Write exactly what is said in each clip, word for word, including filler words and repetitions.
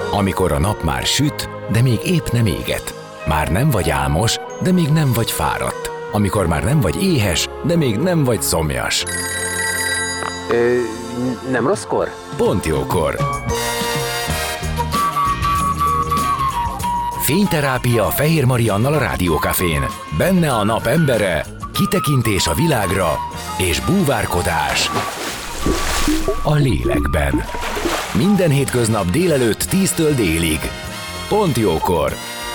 Amikor a nap már süt, de még épp nem éget. Már nem vagy álmos, de még nem vagy fáradt. Amikor már nem vagy éhes, de még nem vagy szomjas. Ö, nem rosszkor? Pont jókor. Fényterápia Fehér Mariannal a Rádiókafén. Benne a nap embere, kitekintés a világra és búvárkodás a lélekben. Minden hétköznap délelőtt tíztől délig. Pont jókor.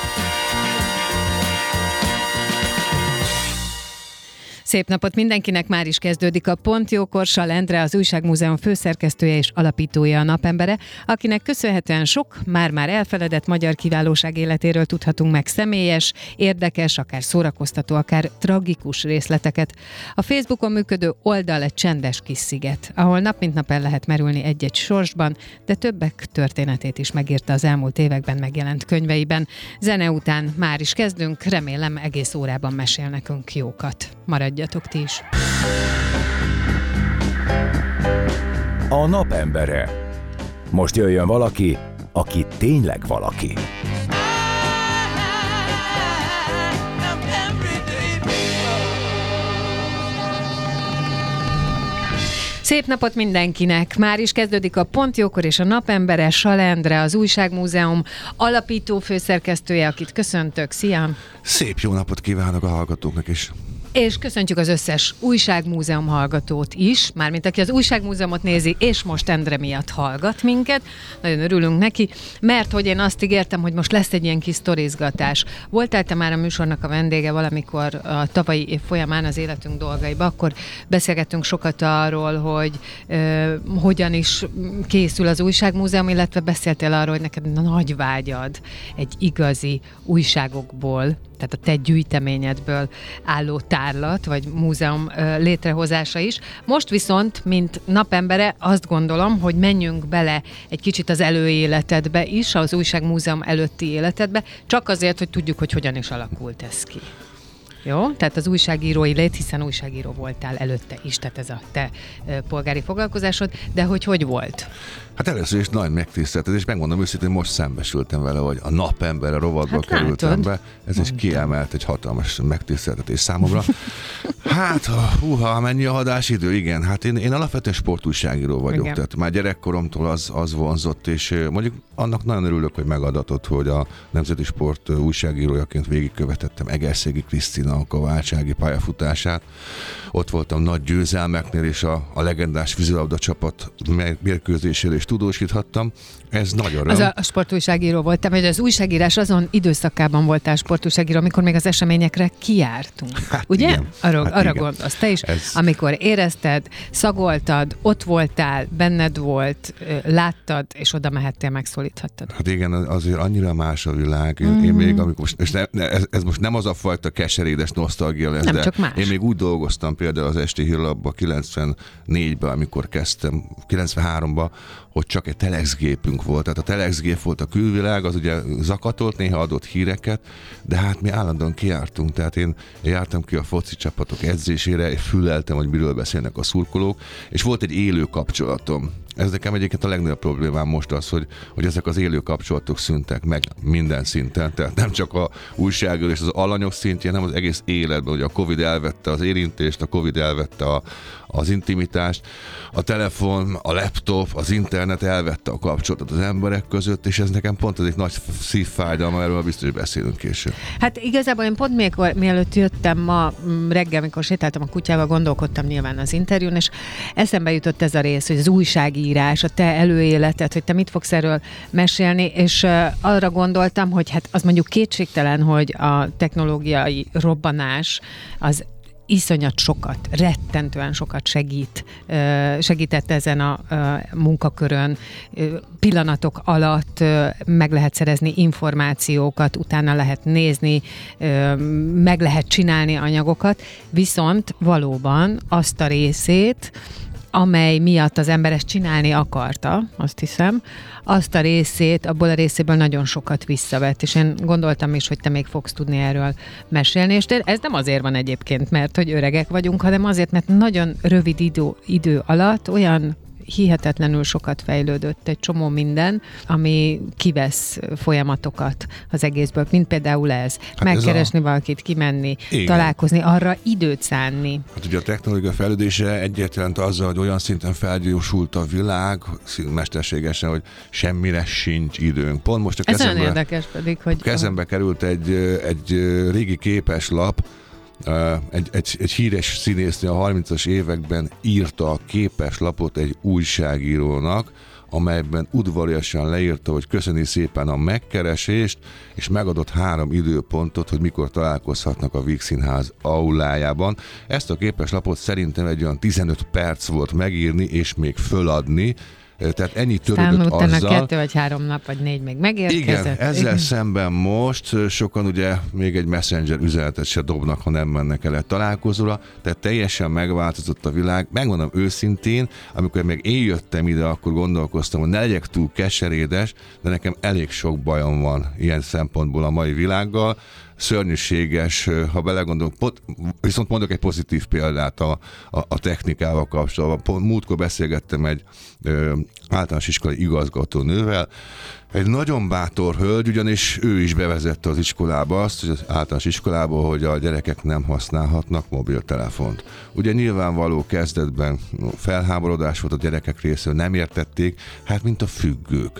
Szép napot mindenkinek, már is kezdődik a Pont jókor. Sall Endre, az Újságmúzeum főszerkesztője és alapítója, a napembere, akinek köszönhetően sok, már-már elfeledett magyar kiválóság életéről tudhatunk meg személyes, érdekes, akár szórakoztató, akár tragikus részleteket. A Facebookon működő oldal egy csendes kis sziget, ahol nap mint nap el lehet merülni egy-egy sorsban, de többek történetét is megírta az elmúlt években megjelent könyveiben. Zene után már is kezdünk, remélem egész órában mesél nekünk jókat. Maradjatok ti is! A napembere. Most jöjjön valaki, aki tényleg valaki. Szép napot mindenkinek! Már is kezdődik a Pont jókor, és a napembere, Sall Endre, az Újságmúzeum alapító főszerkesztője, akit köszöntök. Szia! Szép jó napot kívánok a hallgatóknak is! És köszöntjük az összes Újságmúzeum hallgatót is, mármint aki az Újságmúzeumot nézi, és most Endre miatt hallgat minket. Nagyon örülünk neki, mert hogy én azt ígértem, hogy most lesz egy ilyen kis sztorizgatás. Voltál te már a műsornak a vendége valamikor a tavalyi év folyamán az életünk dolgaiba, akkor beszélgettünk sokat arról, hogy ö, hogyan is készül az Újságmúzeum, illetve beszéltél arról, hogy neked nagy vágyad egy igazi újságokból, tehát a te gyűjteményedből álló tárlat, vagy múzeum létrehozása is. Most viszont, mint napembere, azt gondolom, hogy menjünk bele egy kicsit az előéletedbe is, az Újságmúzeum előtti életedbe, csak azért, hogy tudjuk, hogy hogyan is alakult ez ki. Jó? Tehát az újságírói lét, hiszen újságíró voltál előtte is, tehát ez a te e, polgári foglalkozásod, de hogy hogy volt? Hát először is nagy megtiszteltetés, megmondom őszintén, most szembesültem vele, hogy a napember a rovatba hát kerültem látod? be, ez is kiemelt egy hatalmas megtiszteltetés számomra. Hát, húha, mennyi a hadásidő, igen, hát én, én alapvetően sportújságíró vagyok, igen. Tehát már gyerekkoromtól az, az vonzott, és mondjuk annak nagyon örülök, hogy megadatott, hogy a Nemzeti Sport újságírójaként végigkövetettem Egerszegi Krisztina Kovácsági pályafutását. Ott voltam nagy győzelmeknél, és a, a legendás vízilabda csapat mérkőzéséről is tudósíthattam. Ez nagyon röm. Az a, a sportújságíró voltam, hogy az újságírás azon időszakában voltál sportújságíró, amikor még az eseményekre kijártunk. Hát ugye? Igen. Arra, hát arra igen. gondolsz te is, Ez... amikor érezted, szagoltad, ott voltál, benned volt, láttad, és oda mehettél, megszólíthattad. Hát igen, azért annyira más a világ. Én, mm. én még, amikor most, és ne, ez, ez most nem az a fajta keserédes nosztalgia lesz, nem, de csak más. Én még úgy dolgoztam például az Esti Hírlapban kilencvennégyben, amikor kezdtem, kilencvenháromban, hogy csak egy telexgépünk volt. Tehát a telexgép volt a külvilág, az ugye zakatolt, néha adott híreket, de hát mi állandóan kijártunk. Tehát én jártam ki a foci csapatok edzésére, és füleltem, hogy miről beszélnek a szurkolók, és volt egy élő kapcsolatom. Ez nekem egyébként a legnagyobb problémám most az, hogy, hogy ezek az élő kapcsolatok szűntek meg minden szinten. Tehát nem csak a újságíró és az alanyok szintjén, hanem az egész életben. Ugye a Covid elvette az érintést, a Covid elvette a, az intimitást, a telefon, a laptop, az internet elvette a kapcsolatot az emberek között, és ez nekem pont az egy nagy szívfájdalma, erről biztos beszélünk később. Hát igazából én pont mikor, mielőtt jöttem ma reggel, amikor sétáltam a kutyával, gondolkodtam nyilván az interjún, és eszembe jutott ez a rész, hogy az újságírás, a te előéleted, hogy te mit fogsz erről mesélni, és uh, arra gondoltam, hogy hát az mondjuk kétségtelen, hogy a technológiai robbanás az iszonyat sokat, rettentően sokat segít, segített ezen a munkakörön. Pillanatok alatt meg lehet szerezni információkat, utána lehet nézni, meg lehet csinálni anyagokat, viszont valóban azt a részét, amely miatt az ember ezt csinálni akarta, azt hiszem, azt a részét, abból a részéből nagyon sokat visszavett, és én gondoltam is, hogy te még fogsz tudni erről mesélni, és ez nem azért van egyébként, mert hogy öregek vagyunk, hanem azért, mert nagyon rövid idő, idő alatt olyan hihetetlenül sokat fejlődött, egy csomó minden, ami kivesz folyamatokat az egészből, mint például ez. Hát megkeresni ez a... valakit, kimenni, igen. találkozni, arra időt szánni. Hát ugye a technológia fejlődése egyértelműen azzal, hogy olyan szinten felgyorsult a világ, mesterségesen, hogy semmire sincs időnk. Pont most a kezembe, ez olyan érdekes pedig, hogy... kezembe került egy, egy régi képeslap, Egy, egy, egy híres színésznő a harmincas években írta a képeslapot egy újságírónak, amelyben udvariasan leírta, hogy köszöni szépen a megkeresést, és megadott három időpontot, hogy mikor találkozhatnak a Víg Színház aulájában. Ezt a képeslapot szerintem egy olyan tizenöt perc volt megírni, és még föladni, tehát ennyi törődött azzal. Utána kettő vagy három nap, vagy négy még megérkezett. Igen, ezzel igen. szemben most sokan ugye még egy messenger üzenetet se dobnak, ha nem mennek el egy találkozóra, tehát teljesen megváltozott a világ. Megmondom őszintén, amikor még én jöttem ide, akkor gondolkoztam, hogy ne legyek túl keserédes, de nekem elég sok bajom van ilyen szempontból a mai világgal. Szörnyűséges, ha belegondolok, viszont mondok egy pozitív példát a, a, a technikával kapcsolatban. Múltkor beszélgettem egy ö, általános iskolai igazgatónővel, egy nagyon bátor hölgy, ugyanis ő is bevezette az iskolába azt, hogy az általános iskolából, hogy a gyerekek nem használhatnak mobiltelefont. Ugye nyilvánvaló kezdetben felháborodás volt a gyerekek részéről, nem értették, hát mint a függők.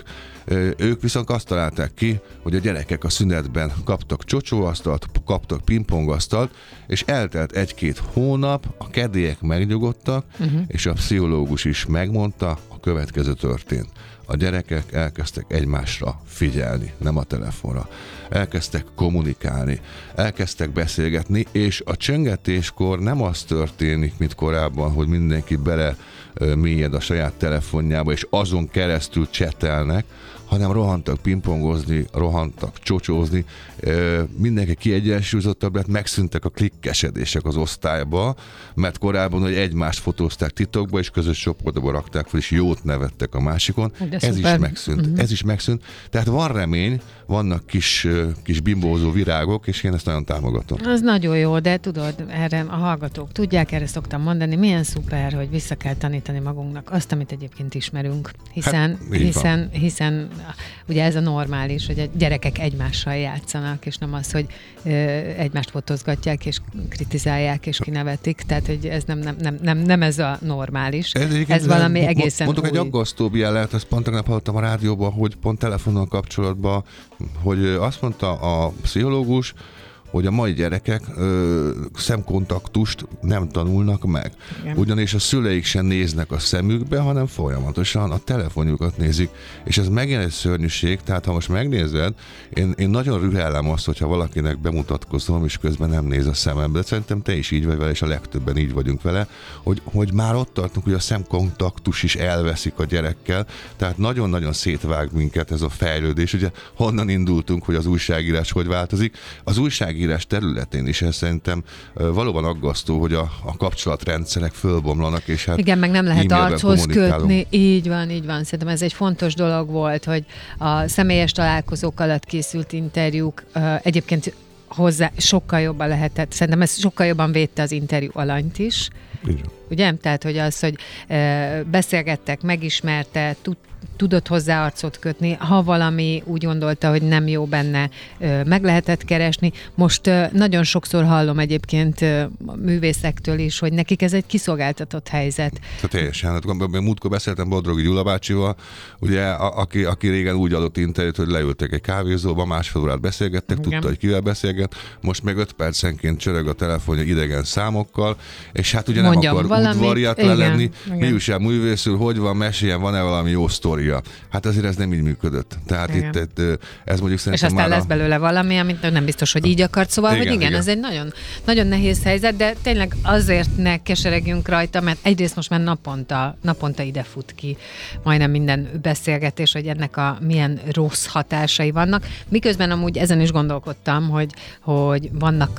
Ők viszont azt találták ki, hogy a gyerekek a szünetben kaptak csocsóasztalt, kaptak pingpongasztalt, és eltelt egy-két hónap, a kedélyek megnyugodtak, uh-huh. és a pszichológus is megmondta, a következő történt. A gyerekek elkezdtek egymásra figyelni, nem a telefonra. Elkezdtek kommunikálni, elkezdtek beszélgetni, és a csöngetéskor nem az történik, mint korábban, hogy mindenki bele mélyed a saját telefonjába, és azon keresztül csetelnek, hanem rohantak pingpongozni, rohantak csocsózni, mindenki kiegyensúlyozottabb lett, megszűntek a klikkesedések az osztályba, mert korábban, hogy egymást fotózták titokba, és közös csoportba rakták fel, és jót nevettek a másikon. De ez szuper. is megszűnt. Uh-huh. Ez is megszűnt. Tehát van remény, vannak kis, kis bimbózó virágok, és én ezt nagyon támogatom. Az nagyon jó, de tudod, erre a hallgatók tudják, erre szoktam mondani, milyen szuper, hogy vissza kell tanítani magunknak azt, amit egyébként ismerünk. Hiszen, hát, hiszen, hiszen ugye ez a normális, hogy a gyerekek egymással játszanak, és nem az, hogy ö, egymást fotózgatják, és kritizálják, és kinevetik. Tehát, hogy ez nem, nem, nem, nem, nem ez a normális. Ez, ez valami mo- egészen Mondok új. egy aggasztóbb jelet, ezt pont tegnap hallottam a rádióban, hogy pont telefonon kapcsolatban, hogy azt mondta a pszichológus, hogy a mai gyerekek ö, szemkontaktust nem tanulnak meg. Igen. Ugyanis a szüleik sem néznek a szemükbe, hanem folyamatosan a telefonjukat nézik. És ez megint egy szörnyűség, tehát ha most megnézed, én, én nagyon rühellem azt, hogyha valakinek bemutatkozom, és közben nem néz a szemembe. Szerintem te is így vagy vele, és a legtöbben így vagyunk vele, hogy, hogy már ott tartunk, hogy a szemkontaktus is elveszik a gyerekkel, tehát nagyon-nagyon szétvág minket ez a fejlődés. Ugye honnan indultunk, hogy az újságírás hogy változik? Az újságírás területén is ez szerintem valóban aggasztó, hogy a, a kapcsolatrendszerek fölbomlanak, és hát igen, meg nem lehet archoz kötni. Így van, így van. Szerintem ez egy fontos dolog volt, hogy a személyes találkozók alatt készült interjúk egyébként hozzá sokkal jobban lehetett. Szerintem ez sokkal jobban védte az interjú alanyt is. Igen. Ugye? Tehát, hogy az, hogy beszélgettek, megismerte, tud, tudott hozzá arcot kötni, ha valami úgy gondolta, hogy nem jó benne, meg lehetett keresni. Most nagyon sokszor hallom egyébként művészektől is, hogy nekik ez egy kiszolgáltatott helyzet. Tehát teljesen. Hát, múltkor beszéltem Bodrogi Gyula bácsival, ugye, a, aki, aki régen úgy adott interjút, hogy leültek egy kávézóba, másfél órát beszélgettek, igen. Tudta, hogy kivel beszélget, most meg öt percenként csörög a telefonja idegen számokkal, és hát ugye Mondjam, nem akar udvariatlan lenni. Mi újság művészül, hogy van, meséljen, van-e valami jó sztoria? Hát azért ez nem így működött. Tehát igen. itt ez mondjuk szerintem és aztán már lesz a... belőle valami, amit nem biztos, hogy így akart. Szóval, igen, hogy igen, igen, ez egy nagyon, nagyon nehéz helyzet, de tényleg azért ne keseregjünk rajta, mert egyrészt most már naponta, naponta ide fut ki majdnem minden beszélgetés, hogy ennek a milyen rossz hatásai vannak. Miközben amúgy ezen is gondolkodtam, hogy, hogy vannak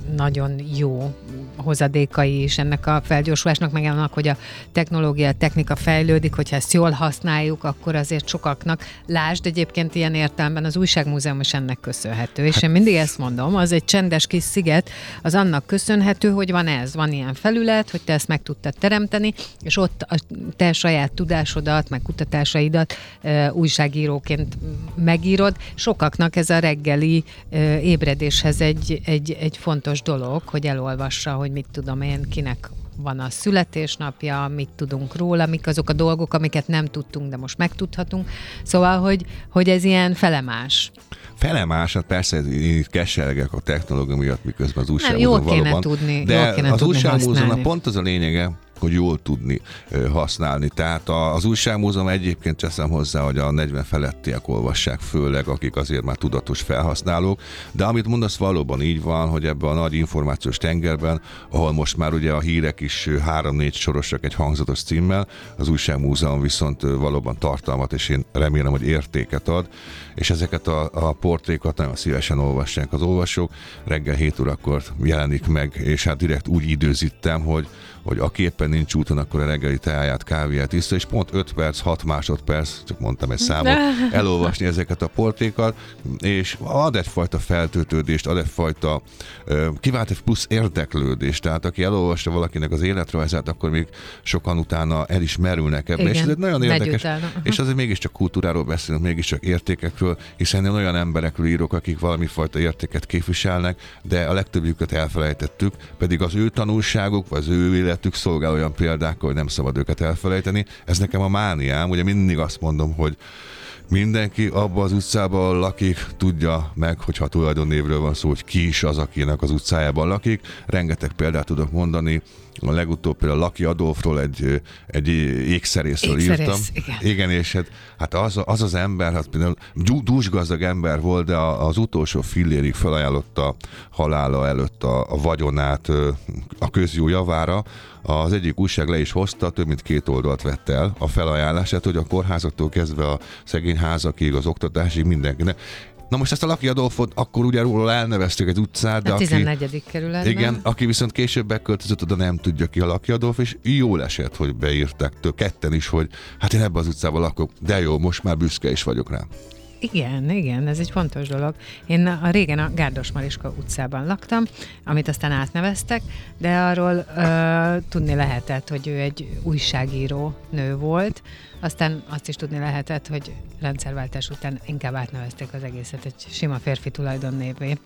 nagyon jó hozadékai is ennek a felgyorsulásnak, meg annak, hogy a technológia, a technika fejlődik, hogyha ezt jól használjuk, akkor azért sokaknak, lásd egyébként ilyen értelemben az Újságmúzeum is ennek köszönhető, és én mindig ezt mondom, az egy csendes kis sziget, az annak köszönhető, hogy van ez, van ilyen felület, hogy te ezt meg tudtad teremteni, és ott a te saját tudásodat, meg kutatásaidat e, újságíróként megírod. Sokaknak ez a reggeli e, ébredéshez egy, egy, egy fontos dolog, hogy elolvassa, hogy mit tudom én, kinek van a születésnapja, mit tudunk róla, mik azok a dolgok, amiket nem tudtunk, de most megtudhatunk. Szóval, hogy, hogy ez ilyen felemás. Felemás, hát persze én itt kesergek a technológia miatt, miközben az újságmúzeum valóban. Jól kéne valóban. tudni, de jól kéne az tudni újságmúzeumnak pont az a lényege, hogy jól tudni ö, használni. Tehát a, az újságmúzeum egyébként teszem hozzá, hogy a negyven felettiek olvassák főleg, akik azért már tudatos felhasználók, de amit mondasz valóban így van, hogy ebben a nagy információs tengerben, ahol most már ugye a hírek is három-négy sorosak egy hangzatos címmel, az újságmúzeum viszont valóban tartalmat, és én remélem, hogy értéket ad, és ezeket a, a portrékat nagyon szívesen olvassák az olvasók. Reggel hét órakor jelenik meg, és hát direkt úgy időzítem, hogy hogy aki éppen nincs úton, akkor a reggeli teáját, kávéját iszta, és pont öt perc, hat másodperc, csak mondtam egy számot, elolvasni ezeket a portrékat, és ad egyfajta feltöltődést, ad egyfajta kivált egy plusz érdeklődést, tehát aki elolvasta valakinek az életrajzát, akkor még sokan utána el is merülnek ebben, és ez egy nagyon érdekes, és azért mégiscsak kultúráról beszélünk, mégiscsak értékekről, hiszen én olyan emberekről írok, akik valami fajta értéket képviselnek, de a legtöbbjüket elfelejtettük, pedig az ő tanulságuk, vagy az ő élet szolgál olyan példákkal, hogy nem szabad őket elfelejteni. Ez nekem a mániám, ugye mindig azt mondom, hogy mindenki abban az utcában lakik, tudja meg, hogyha tulajdonnévről van szó, hogy ki is az, akinek az utcájában lakik. Rengeteg példát tudok mondani. A legutóbb például Laki Adolfról egy, egy ékszerészről írtam. Igen. igen, és hát, hát az, az az ember, hát például dúsgazdag ember volt, de az utolsó fillérig felajánlotta halála előtt a, a vagyonát a közjó javára. Az egyik újság le is hozta, több mint két oldalt vett el a felajánlását, hogy a kórházaktól kezdve a szegényházakig, az oktatásig mindenkinek. Na most ezt a Laki Adolfot akkor ugye róla elneveztük egy utcát, de a aki... tizennegyedik kerületben. Igen, aki viszont később beköltözött oda, nem tudja ki a Laki Adolf, és jól esett, hogy beírták től ketten is, hogy hát én ebben az utcában lakok, de jó, most már büszke is vagyok rá. Igen, igen, ez egy fontos dolog. Én a régen a Gárdos Mariska utcában laktam, amit aztán átneveztek, de arról uh, tudni lehetett, hogy ő egy újságíró nő volt, aztán azt is tudni lehetett, hogy rendszerváltás után inkább átnevezték az egészet egy sima férfi tulajdonnévé.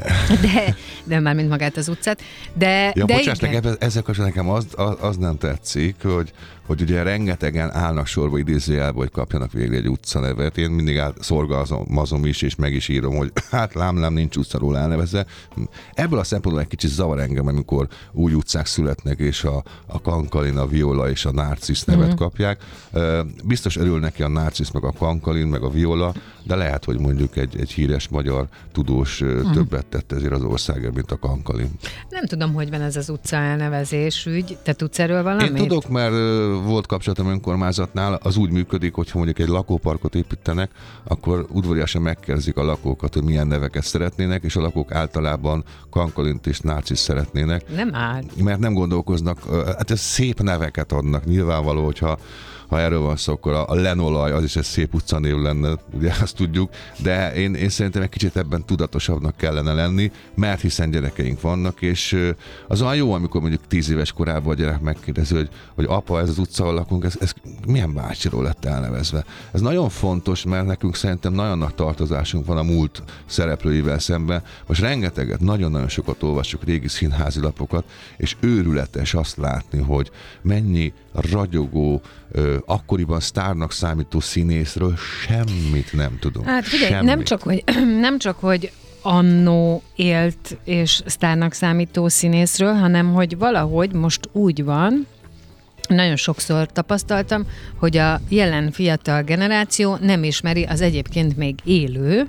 De, de már mint magát az utcát. De, ja, de bocsáss, nekem, ezzel kapcsolatban nekem az, az, az nem tetszik, hogy, hogy ugye rengetegen állnak sorba idézőjelbe, hogy kapjanak végre egy utcanevet. Én mindig szorgalmazom is, és meg is írom, hogy hát lám-lám nincs utcaról elnevezve. Ebből a szempontból egy kicsit zavar engem, amikor új utcák születnek, és a, a Kankalin, a Viola és a Narcisz nevet mm-hmm. kapják. Biztos örül neki a Narcisz, meg a Kankalin, meg a Viola, de lehet, hogy mondjuk egy, egy híres magyar tudós mm-hmm. többet tett ezért az országért, mint a Kankalin. Nem tudom, hogy van ez az utca elnevezés ügy. Te tudsz erről valamit? Én tudok, mert volt kapcsolatom önkormányzatnál, az úgy működik, hogyha mondjuk egy lakóparkot építenek, akkor udvariasan megkérdezik a lakókat, hogy milyen neveket szeretnének, és a lakók általában Kankalint és Narcisz szeretnének. Nem áll. Mert nem gondolkoznak, hát ez szép neveket adnak. Nyilvánvaló, hogyha ha erről van szó, akkor a Lenolaj, az is egy szép utcanév lenne, ugye azt tudjuk, de én, én szerintem egy kicsit ebben tudatosabbnak kellene lenni, mert hiszen gyerekeink vannak, és az olyan jó, amikor mondjuk tíz éves korában a gyerek megkérdezi, hogy, hogy apa, ez az utca, ahol lakunk, ez, ez milyen bácsiról lett elnevezve. Ez nagyon fontos, mert nekünk szerintem nagyon nagy tartozásunk van a múlt szereplőivel szemben. Most rengeteget, nagyon-nagyon sokat olvassuk régi színházi lapokat, és őrületes azt látni, hogy mennyi ragyogó, ö, akkoriban sztárnak számító színészről semmit nem tudunk. Hát figyelj, semmit. nem csak, hogy, nem csak, hogy annó élt és sztárnak számító színészről, hanem hogy valahogy most úgy van, nagyon sokszor tapasztaltam, hogy a jelen fiatal generáció nem ismeri az egyébként még élő,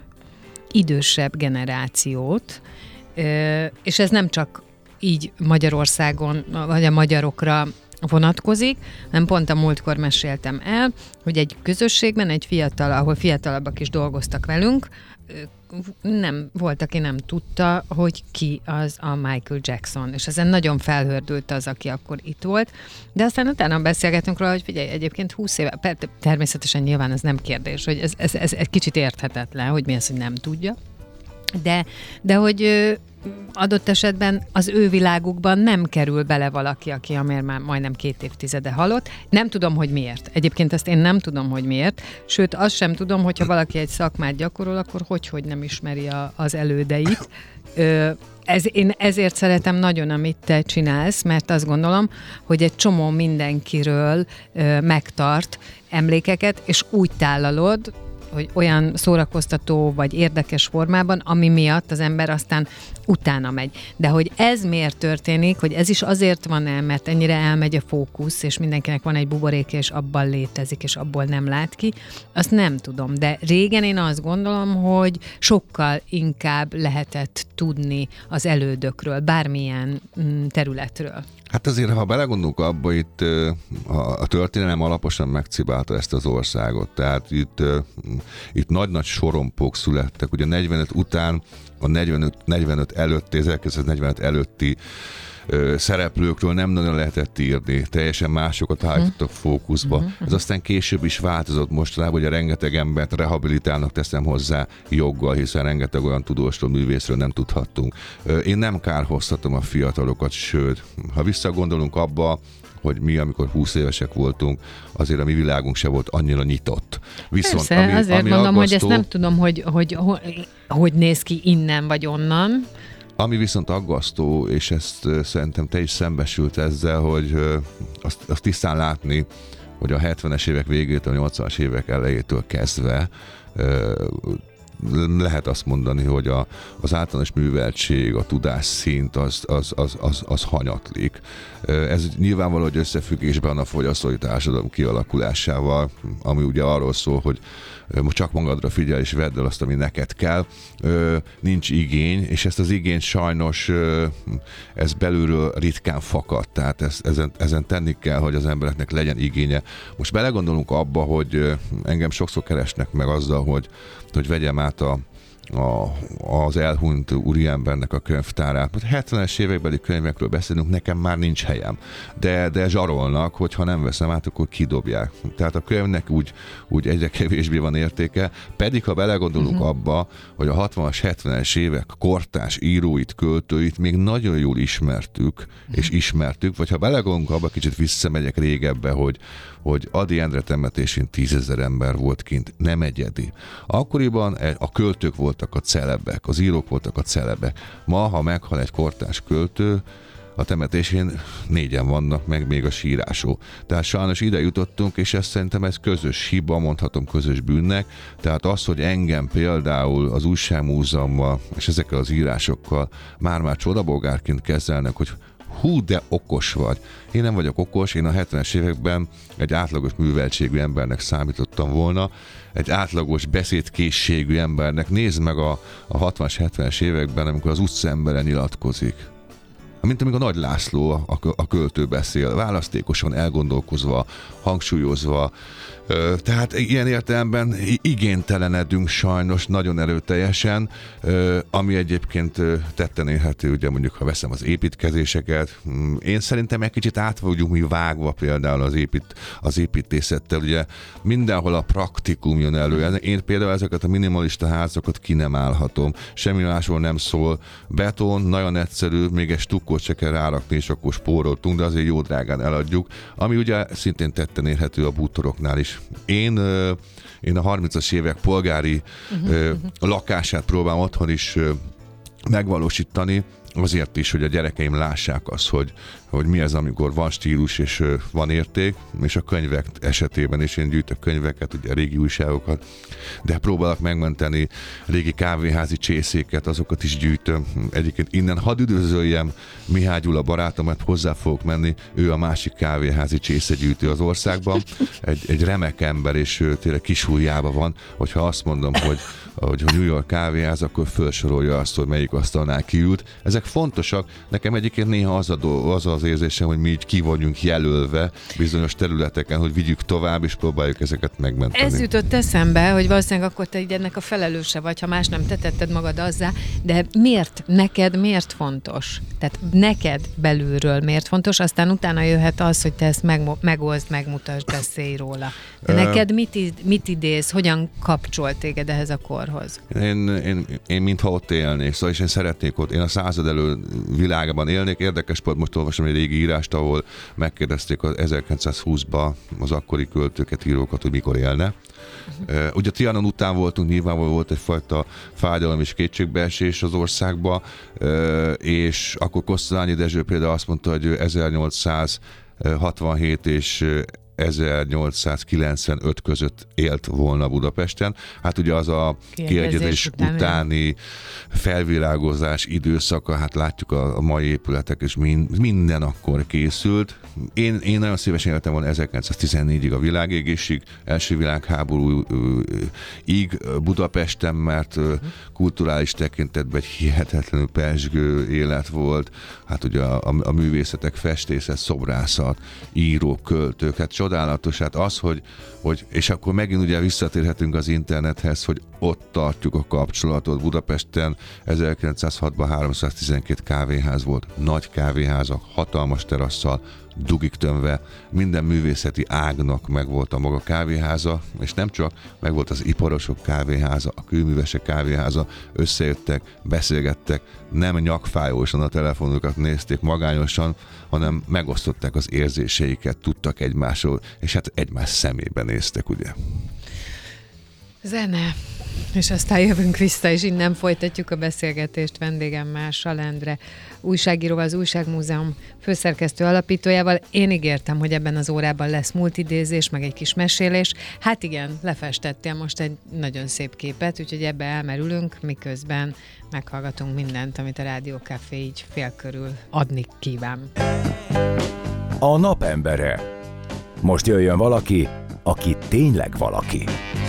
idősebb generációt, és ez nem csak így Magyarországon, vagy a magyarokra vonatkozik, nem pont a múltkor meséltem el, hogy egy közösségben, egy fiatal, ahol fiatalabbak is dolgoztak velünk, nem volt, aki nem tudta, hogy ki az a Michael Jackson, és ezen nagyon felhördült az, aki akkor itt volt, de aztán utána beszélgetünk róla, hogy figyelj, egyébként húsz éve, természetesen nyilván ez nem kérdés, hogy ez, ez, ez egy kicsit érthetetlen, hogy mi az, hogy nem tudja, de, de hogy adott esetben az ő világukban nem kerül bele valaki, aki amért már majdnem két évtizede halott. Nem tudom, hogy miért. Egyébként ezt én nem tudom, hogy miért. Sőt, azt sem tudom, hogyha valaki egy szakmát gyakorol, akkor hogy, hogy nem ismeri a, az elődeit. Ö, ez, én ezért szeretem nagyon, amit te csinálsz, mert azt gondolom, hogy egy csomó mindenkiről ö, megtart emlékeket, és úgy tálalod, hogy olyan szórakoztató vagy érdekes formában, ami miatt az ember aztán utána megy. De hogy ez miért történik, hogy ez is azért van el, mert ennyire elmegy a fókusz, és mindenkinek van egy buborékja, és abban létezik, és abból nem lát ki, azt nem tudom. De régen én azt gondolom, hogy sokkal inkább lehetett tudni az elődökről, bármilyen területről. Hát azért, ha belegondolunk abba, itt a történelem alaposan megcibálta ezt az országot. Tehát itt, itt nagy-nagy sorompók születtek. Ugye negyvenöt után, a negyvenöt, negyvenöt előtti, ezerkilencszáznegyvenöt előtti szereplőkről nem nagyon lehetett írni. Teljesen másokat állítottak fókuszba. Uh-huh. Ez aztán később is változott mostanában, hogy a rengeteg embert rehabilitálnak, teszem hozzá joggal, hiszen rengeteg olyan tudósról, művészről nem tudhattunk. Én nem kárhoztatom a fiatalokat, sőt, ha visszagondolunk abba, hogy mi, amikor húsz évesek voltunk, azért a mi világunk se volt annyira nyitott. Viszont, Persze, ami, azért ami mondom, aggasztó, hogy ezt nem tudom, hogy, hogy, hogy, hogy néz ki innen vagy onnan. Ami viszont aggasztó, és ezt szerintem te is szembesült ezzel, hogy azt, azt tisztán látni, hogy a hetvenes évek végétől, a nyolcvanas évek elejétől kezdve lehet azt mondani, hogy a, az általános műveltség, a tudásszint az, az, az, az, az hanyatlik. Ez nyilvánvaló, hogy összefüggésben a fogyasztói társadalom kialakulásával, ami ugye arról szól, hogy csak magadra figyelj és vedd el azt, ami neked kell. Nincs igény, és ezt az igényt sajnos ez belülről ritkán fakad, tehát ezt, ezen, ezen tenni kell, hogy az embereknek legyen igénye. Most belegondolunk abba, hogy engem sokszor keresnek meg azzal, hogy, hogy vegyem át a A, az elhunyt úriembernek a könyvtárát. hetvenes évekbeli könyvekről beszélünk, nekem már nincs helyem. De, de zsarolnak, hogyha nem veszem át, akkor kidobják. Tehát a könyvnek úgy, úgy egyre kevésbé van értéke, pedig ha belegondolunk uh-huh. abba, hogy a hatvanas, hetvenes évek kortárs íróit, költőit még nagyon jól ismertük, uh-huh. és ismertük, vagy ha belegondolunk abba, kicsit visszamegyek régebbe, hogy hogy Ady Endre temetésén tízezer ember volt kint, nem egyedi. Akkoriban a költők voltak a celebek, az írók voltak a celebek. Ma, ha meghal egy kortárs költő, a temetésén négyen vannak, meg még a sírásó. Tehát sajnos ide jutottunk, és ezt szerintem ez közös hiba, mondhatom közös bűnnek. Tehát az, hogy engem például az újságmúzeummal és ezekkel az írásokkal már-már csodabolgárként kezelnek, hogy hú, de okos vagy. Én nem vagyok okos, én a hetvenes években egy átlagos műveltségű embernek számítottam volna, egy átlagos beszédkészségű embernek. Nézd meg a, a hatvanas, hetvenes években, amikor az utcaembere nyilatkozik. Mint amikor Nagy László, a, a költő beszél, választékosan, elgondolkozva, hangsúlyozva. Tehát ilyen értelemben igénytelenedünk sajnos nagyon erőteljesen, ami egyébként tetten érhető, ugye mondjuk, ha veszem az építkezéseket. Én szerintem egy kicsit át vagyunk mi vágva például az, épít, az építészettel, ugye mindenhol a praktikum jön elő. Én például ezeket a minimalista házakat ki nem állhatom. Semmi másról nem szól. Beton, nagyon egyszerű, még egy stukkót se kell rárakni, és akkor spóroltunk, de azért jó drágán eladjuk, ami ugye szintén tetten érhető a bútoroknál is. Én, én a harmincas évek polgári uh-huh. lakását próbálom otthon is megvalósítani, azért is, hogy a gyerekeim lássák azt, hogy, hogy mi az, amikor van stílus és van érték, és a könyvek esetében is én gyűjtök könyveket, ugye régi újságokat, de próbálok megmenteni régi kávéházi csészéket, azokat is gyűjtöm. Egyébként innen hadd üdvözöljem Mihály Gyula barátomat, hozzá fogok menni, ő a másik kávéházi csészegyűjtő az országban, egy, egy remek ember, és tényleg kisújjában van, hogyha azt mondom, hogy, hogy New York kávéház, akkor felsorolja azt, hogy melyik asztalnál kiült. Ezek fontosak. Nekem egyébként néha az, a do, az az érzésem, hogy mi így ki vagyunk jelölve bizonyos területeken, hogy vigyük tovább, és próbáljuk ezeket megmenteni. Ez jutott eszembe, hogy valószínűleg akkor te így ennek a felelőse vagy, ha más nem, te tetted magad azzá, de miért, neked miért fontos? Tehát neked belülről miért fontos, aztán utána jöhet az, hogy te ezt meg, megoszd, megmutasd, beszélj róla. De uh, neked mit, mit idéz, hogyan kapcsol téged ehhez a korhoz? Én, én, én mintha ott élnék, szóval és én szeretnék ott, én a század elő világában élnék. Érdekes volt, most olvasom egy régi írást, ahol megkérdezték az ezerkilencszázhúszban az akkori költőket, írókat, hogy mikor élne. Uh, ugye Trianon után voltunk, nyilvánvalóan volt egyfajta fájdalom és kétségbeesés az országba, uh, és akkor Kosztolányi Dezső például azt mondta, hogy ezernyolcszázhatvanhét és ezernyolcszázkilencvenöt között élt volna Budapesten. Hát ugye az a kiegyezés utáni felvilágozás időszaka, hát látjuk a, a mai épületek, és mind, minden akkor készült. Én, én nagyon szívesen éltem volna ezerkilencszáztizennégyig a világégésig, első világháborúig Budapesten, mert kulturális tekintetben egy hihetetlenül pezsgő élet volt. Hát ugye a, a, a művészetek, festészet, szobrászat, írók, költők, hát csodálatos, hát az, hogy, hogy, és akkor megint ugye visszatérhetünk az internethez, hogy ott tartjuk a kapcsolatot. Budapesten ezerkilencszázhatban háromszáztizenkét kávéház volt, nagy kávéházak, hatalmas terasszal, dugig tömve, minden művészeti ágnak megvolt a maga kávéháza, és nem csak, megvolt az iparosok kávéháza, a kőművesek kávéháza, összejöttek, beszélgettek, nem nyakfájósan a telefonukat nézték magányosan, hanem megosztották az érzéseiket, tudtak egymásról, és hát egymás szemébe néztek, ugye. Zene. És aztán jövünk vissza, és innen folytatjuk a beszélgetést vendégemmel, Sall Endre, újságíróval, az Újságmúzeum főszerkesztő alapítójával. Én ígértem, hogy ebben az órában lesz multidézés, meg egy kis mesélés. Hát igen, lefestettél most egy nagyon szép képet, úgyhogy ebbe elmerülünk, miközben meghallgatunk mindent, amit a Rádió Café így félkörül adni kíván. A napembere. Most jöjjön valaki, aki tényleg valaki.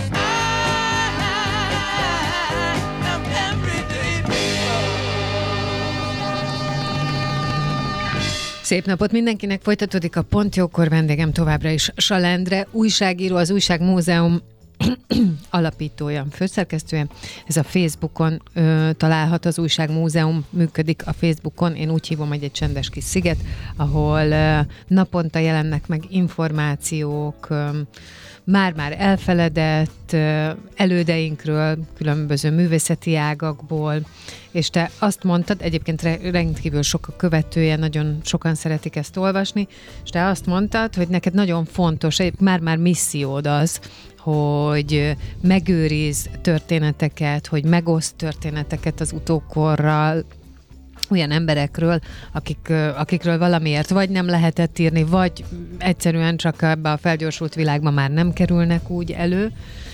Szép napot mindenkinek, folytatódik a Pont Jókor, vendégem továbbra is Sall Endre, újságíró, az Újságmúzeum alapítója, főszerkesztője. Ez a Facebookon ö, találhat, az Újságmúzeum működik a Facebookon, én úgy hívom, hogy egy csendes kis sziget, ahol ö, naponta jelennek meg információk, ö, már-már elfeledett ö, elődeinkről, különböző művészeti ágakból, és te azt mondtad, egyébként rendkívül sok a követője, nagyon sokan szeretik ezt olvasni, és te azt mondtad, hogy neked nagyon fontos, már-már missziód az, hogy megőriz történeteket, hogy megoszt történeteket az utókorral, olyan emberekről, akik, akikről valamiért vagy nem lehetett írni, vagy egyszerűen csak ebbe a felgyorsult világban már nem kerülnek úgy elő,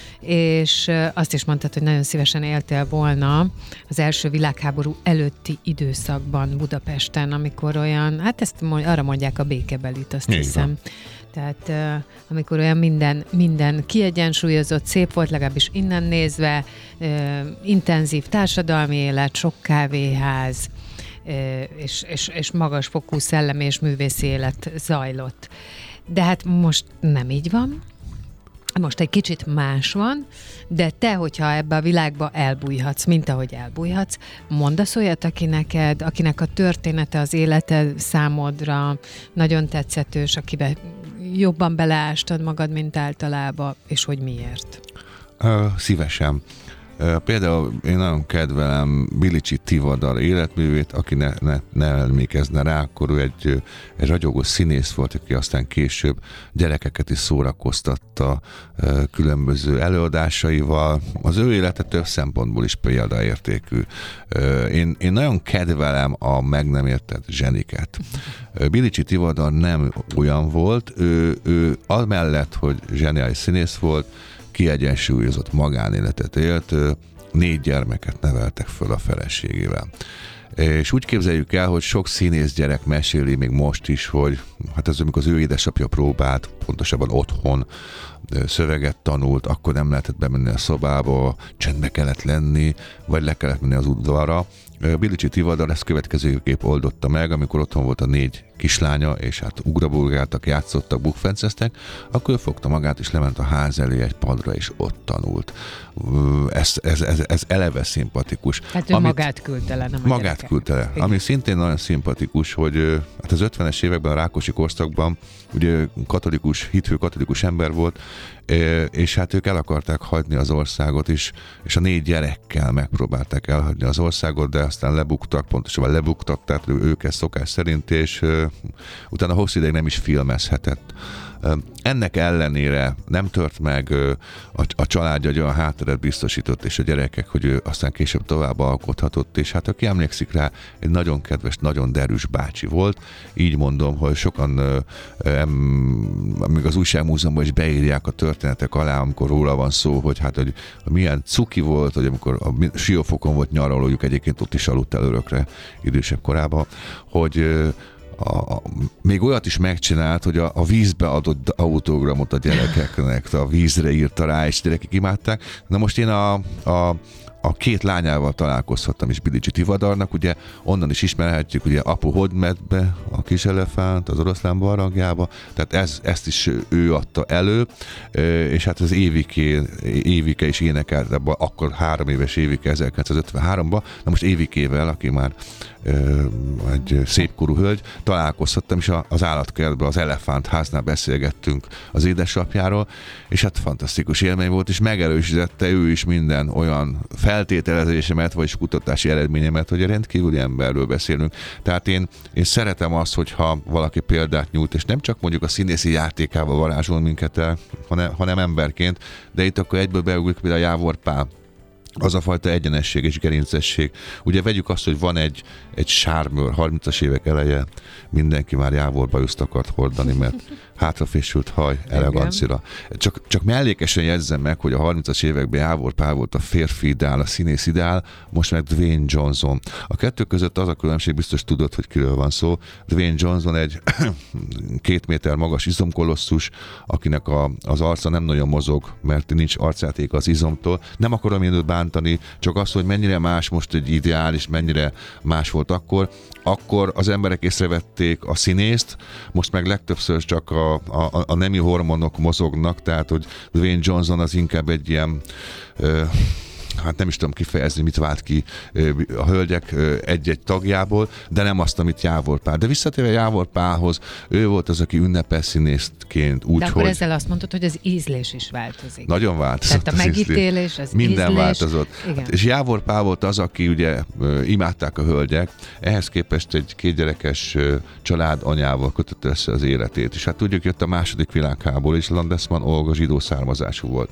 és azt is mondtad, hogy nagyon szívesen éltél volna az első világháború előtti időszakban Budapesten, amikor olyan, hát ezt arra mondják a békebelit, azt Így hiszem. van. Tehát uh, amikor olyan minden, minden kiegyensúlyozott, szép volt, legalábbis innen nézve, uh, intenzív társadalmi élet, sok kávéház, uh, és, és, és magasfokú szellemi és művészi élet zajlott. De hát most nem így van. Most egy kicsit más van, de te, hogyha ebbe a világba elbújhatsz, mint ahogy elbújhatsz, mondasz olyat, aki neked, akinek a története, az élete számodra nagyon tetszetős, akibe jobban beleástad magad, mint általában, és hogy miért? Uh, szívesen. Uh, például én nagyon kedvelem Bilicsi Tivadar életművét, aki ne, ne, ne emlékezne rá, akkor ő egy, egy ragyogó színész volt, aki aztán később gyerekeket is szórakoztatta uh, különböző előadásaival. Az ő élete több szempontból is példaértékű. Uh, én, én nagyon kedvelem a meg nem értett zseniket. Uh, Bilicsi Tivadar nem olyan volt, ő, ő amellett, hogy zseniális színész volt, kiegyensúlyozott magánéletet élt, négy gyermeket neveltek föl a feleségével. És úgy képzeljük el, hogy sok színész gyerek meséli még most is, hogy hát ez amikor az ő édesapja próbált, pontosabban otthon szöveget tanult, akkor nem lehetett bemenni a szobába, csendbe kellett lenni, vagy le kellett menni az udvarra. Bilicsi Tivadar ezt következőképp oldotta meg, amikor otthon volt a négy kislánya, és hát ugraburgáltak, játszottak, bukfenceztek, akkor ő fogta magát, és lement a ház elé egy padra, és ott tanult. Ez, ez, ez, ez eleve szimpatikus. Hát ő magát küldte le, nem a Magát gyerekek. küldte le. Ami szintén nagyon szimpatikus, hogy hát az ötvenes években a Rákosi korszakban ugye katolikus, hithű katolikus ember volt, és hát ők el akarták hagyni az országot is, és a négy gyerekkel megpróbálták elhagyni az országot, de aztán lebuktak, pontosabban lebuktatták őket szokás szerint, és utána hosszú ideig nem is filmezhetett. Ennek ellenére nem tört meg, a, a családja egy olyan hátteret biztosított, és a gyerekek, hogy ő aztán később tovább alkothatott, és hát aki emlékszik rá, egy nagyon kedves, nagyon derűs bácsi volt. Így mondom, hogy sokan még az újságmúzeumban is beírják a történetek alá, amikor róla van szó, hogy hát, hogy milyen cuki volt, hogy amikor a Siófokon volt nyaralójuk, egyébként ott is aludt el örökre idősebb korában, hogy A, a, még olyat is megcsinált, hogy a, a vízbe adott autogramot a gyerekeknek, a vízre írta rá, és gyerekek imádták. Na most én a, a, a két lányával találkozhattam is Bilicsi Tivadarnak, ugye onnan is ismerhetjük, ugye Apu hogy megy be a kis elefánt az oroszlán barlangjába, tehát ez, ezt is ő adta elő, és hát az Évike, Évike is énekelt, akkor három éves Évike ezerkilencszázötvenháromban, na most Évikével, aki már egy szépkorú hölgy, találkozhattam, és az állatkertben, az elefántháznál beszélgettünk az édesapjáról, és hát fantasztikus élmény volt, és megerősítette ő is minden olyan feltételezésemet, vagy kutatási eredményemet, hogy a rendkívüli emberről beszélünk. Tehát én, én szeretem azt, hogyha valaki példát nyújt, és nem csak mondjuk a színészi játékával varázsol minket el, hanem, hanem emberként, de itt akkor egyből beugrik például a Jávor Pál. Az a fajta egyenesség és gerincesség. Ugye vegyük azt, hogy van egy, egy sármőr, harmincas évek eleje, mindenki már Jávor bajuszt akart hordani, mert hátrafésült haj, elegancira. Csak, csak mellékesen jegyzem meg, hogy a harmincas években Jávor Pál volt a férfi ideál, a színész ideál, most meg Dwayne Johnson. A kettő között az a különbség, biztos tudod, hogy kiről van szó. Dwayne Johnson egy két méter magas izomkolosszus, akinek a, az arca nem nagyon mozog, mert nincs arcjáték az izomtól. Nem akarom én őt bántani, csak az, hogy mennyire más most egy ideál, és mennyire más volt akkor. Akkor az emberek észrevették a színészt, most meg legtöbbször csak a, a, a nemi hormonok mozognak, tehát hogy Dwayne Johnson az inkább egy ilyen ö, hát nem is tudom kifejezni, mit vált ki a hölgyek egy-egy tagjából, de nem azt, amit Jávor Pál. De visszatérve Jávor Pálhoz, ő volt az, aki ünnepes színészként úgy, de akkor hogy... ezzel azt mondod, hogy az ízlés is változik. Nagyon változott. Tehát a megítélés, az minden ízlés. változott. Hát, és Jávor Pál volt az, aki ugye imádták a hölgyek, ehhez képest egy kétgyerekes család anyával kötött össze az életét. És hát tudjuk, jött a második világháború, és Landesman Olga zsidó származású volt.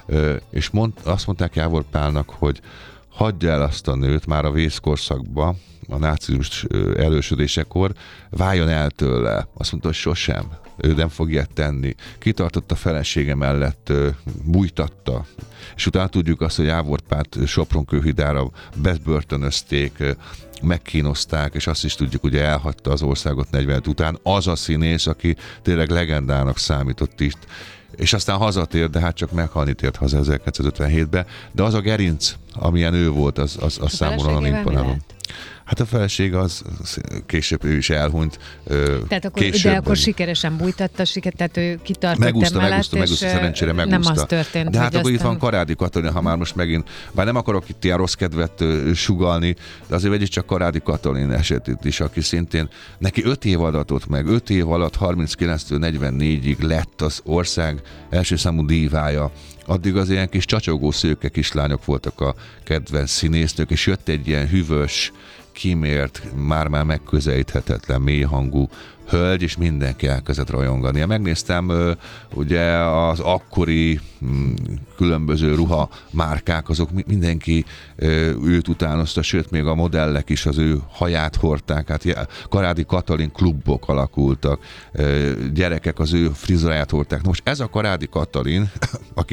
És mond, azt mondták Jávor Pálnak, hogy hagyja el azt a nőt már a vészkorszakba, a nácizmus elősödésekor, váljon el tőle. Azt mondta, hogy sosem. Ő nem fog ilyet tenni. Kitartott a felesége mellett, bújtatta. És utána tudjuk azt, hogy Jávor Pált Sopron-Kőhidára bebörtönözték, megkínozták, és azt is tudjuk, hogy elhagyta az országot negyvenöt után. Az a színész, aki tényleg legendának számított is. És aztán hazatért, de hát csak meghalni tért haza ezerkilencszázötvenhétben, de az a gerinc, amilyen ő volt, az, az, az számomra nem imponáló. Hát a feleség az, az később ő is elhunyt. Tehát akkor, de akkor sikeresen bújtatta, siker, tehát ő kitartott megúszta, emellett, megúszta, megúszta, szerencsére megúszta. Nem az történt. De hát akkor aztán... itt van Karádi Katalin, ha már most megint, bár nem akarok itt ilyen rossz kedvet sugalni, de azért vegyük csak Karádi Katalin esetét is, aki szintén, neki öt év adatot meg, öt év alatt harminckilenctől negyvennégyig lett az ország első számú dívája. Addig az ilyen kis csacsogó szőke kislányok voltak a kedvenc színésznők, és jött egy ilyen hűvös, kimért, már-már megközelíthetetlen, mélyhangú hölgy, és mindenki elkezdett rajongani. Megnéztem ugye az akkori m, különböző ruha márkák, azok mindenki őt utánozta, sőt még a modellek is az ő haját hordták, hát Karádi Katalin klubok alakultak, gyerekek az ő frizuráját hordták. Most ez a Karádi Katalin, aki